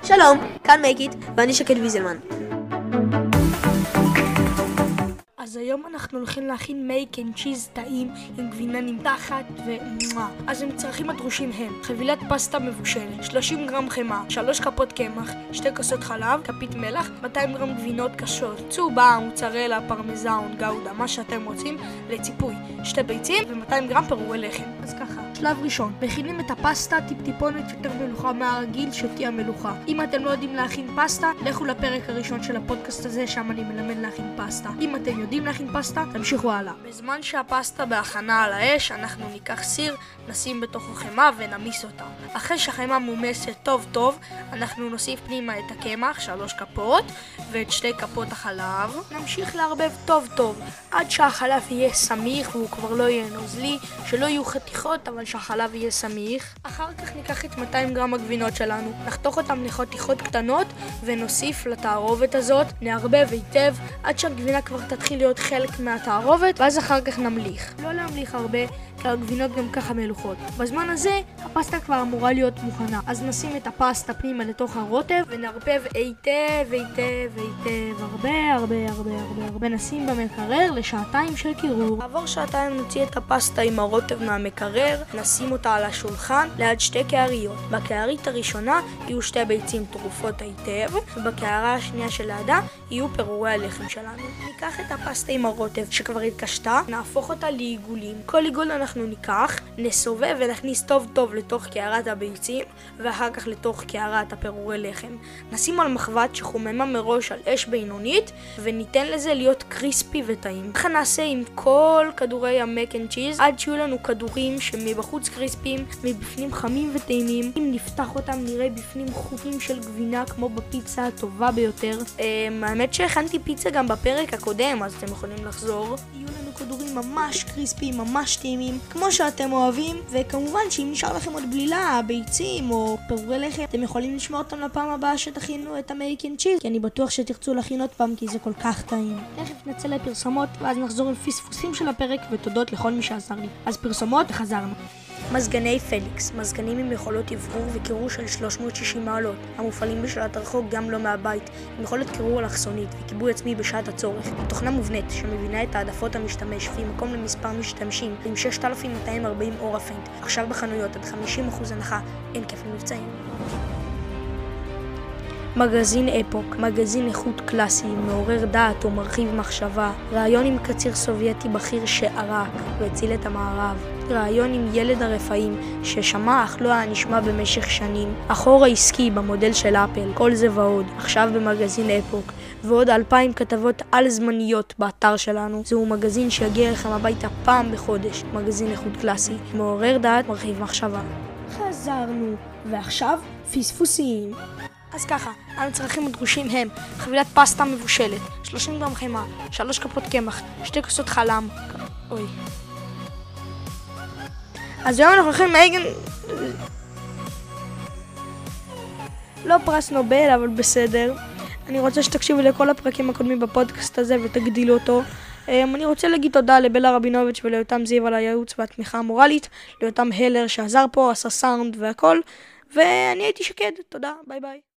שלום, כאן מייקית, ואני שקד ויזלמן. אז היום אנחנו הולכים להכין מייק אנד צ'יז טעים עם גבינה נמתחת אז המצרכים הדרושים הם חבילת פסטה מבושלת, 30 גרם חמאה, 3 כפות קמח, 2 כוסות חלב, כפית מלח, 200 גרם גבינות קשות, צהובה, מוצרלה, פרמזן, גאודה, מה שאתם רוצים, לציפוי, 2 ביצים ו200 גרם פירורי לחם. אז ככה, שלב ראשון, מכינים את הפסטה טיפ-טיפונת יותר מלוכה מהרגיל שתהיה מלוכה. אם אתם לא יודעים להכין פסטה, לכו לפרק הראשון של הפודקאסט הזה, שם אני מלמד להכין פסטה. אם אתם יודעים להכין פסטה, תמשיכו הלאה. בזמן שהפסטה בהכנה על האש, אנחנו ניקח סיר, נשים בתוך החמאה ונמיס אותה. אחרי שהחמאה מומסת טוב טוב, אנחנו נוסיף פנימה את הקמח, 3 כפות, ואת 2 כפות החלב. נמשיך לערבב טוב טוב, עד שהחלב יהיה סמיך והוא כבר לא יהיה נוזלי, שלא יהיו חתיכות, אבל שהחלב יהיה סמיך. אחר כך ניקח את 200 גרם הגבינות שלנו, נחתוך אותם לחתיכות קטנות, ונוסיף לתערובת הזאת, נערבב היטב, עד שהגבינה כבר תתחיל להיות חלק מהתערובת, ואז אחר כך נמליך. לא להמליך הרבה, כי הגבינות גם ככה מלוכות. בזמן הזה, הפסטה כבר אמורה להיות מוכנה. אז נשים את הפסטה פנימה לתוך הרוטב, ונערבב היטב, הרבה. נשים במקרר לשעתיים של קירור. עבור שעתיים נוציא את הפסטה עם הרוטב מהמקרר, נשים אותה על השולחן ליד 2 קעריות. בקערית הראשונה יהיו 2 ביצים טרופות היטב, ובקערה השנייה שלידה יהיו פירורי הלחם שלנו. ניקח את הפסטה עם הרוטב שכבר התקשתה, נהפוך אותה לעיגולים. כל עיגול אנחנו ניקח, נסובב ונכניס טוב טוב לתוך קערת הביצים, ואחר כך לתוך קערת הפירורי לחם. נשים על מחבת שחוממה מראש על אש בינונית, וניתן לזה להיות קריספי וטעים. ככה נעשה עם כל כדורי המק אנד צ'יז, עד שיהיו לנו כדורים שמבחוץ קריספיים, מבפנים חמים וטעימים. אם נפתח אותם נראה בפנים חוטים של גבינה כמו בפיצה הטובה ביותר. האמת שהכנתי פיצה גם בפרק הקודם, אז אתם יכולים לחזור. יהיו לנו כדורים ממש קריספיים, ממש טעימים, כמו שאתם אוהבים, וכמובן שאם נשאר לכם עוד בלילה, ביצים או פירורי לחם, אתם יכולים לשמור אותם לפעם הבאה שתכינו את המייק אנד צ'יז, כי אני בטוח שתרצו להכין עוד פעם, כי זה כל כך טעים. תכף נצא לפרסומות, ואז נחזור עם פספוסים של הפרק, ותודות לכל מי שעזר לי. אז פרסומות, וחזרנו. מזגני פליקס, מזגנים עם יכולות אוורור וקירור של 360 מעלות, המופעלים בשעת הרחוק גם לא מהבית, עם יכולת קירור אלכסונית וכיבוי עצמי בשעת הצורך. תוכנה מובנית שמבינה את העדפות המשתמש לפי מקום למספר משתמשים, עם 6,240 אורה פיינט. עכשיו בחנויות עד 50% הנחה, אין כפל מבצעים. מגזין אפוק, מגזין איכות קלאסי, מעורר דעת או מרחיב מחשבה, רעיון עם קציר סובייטי בכיר שערק והציל את המערב, רעיון עם ילד הרפאים ששמע אך לא היה נשמע במשך שנים, החור העסקי במודל של אפל, כל זה ועוד, עכשיו במגזין אפוק, ועוד 2,000 כתבות על זמניות באתר שלנו. זהו מגזין שיגיע לכם הביתה פעם בחודש, מגזין איכות קלאסי, מעורר דעת, מרחיב מחשבה. חזרנו, ועכשיו פספוסים. אז ככה, המצרכים הדרושים הם חבילת פסטה מבושלת, 30 גרם חמאה, 3 כפות קמח, 2 כוסות חלב. אז היום אנחנו הולכים מייק לא פרס נובל, אבל בסדר. אני רוצה שתקשיבו לכל הפרקים הקודמים בפודקאסט הזה ותגדילו אותו. אני רוצה להגיד תודה לבלה רבינוביץ' וליותם זיו על הייעוץ והתמיכה המורלית, ליותם הלר שעזר פה, עשה סאונד והכל, ואני הייתי שקד. תודה, ביי ביי.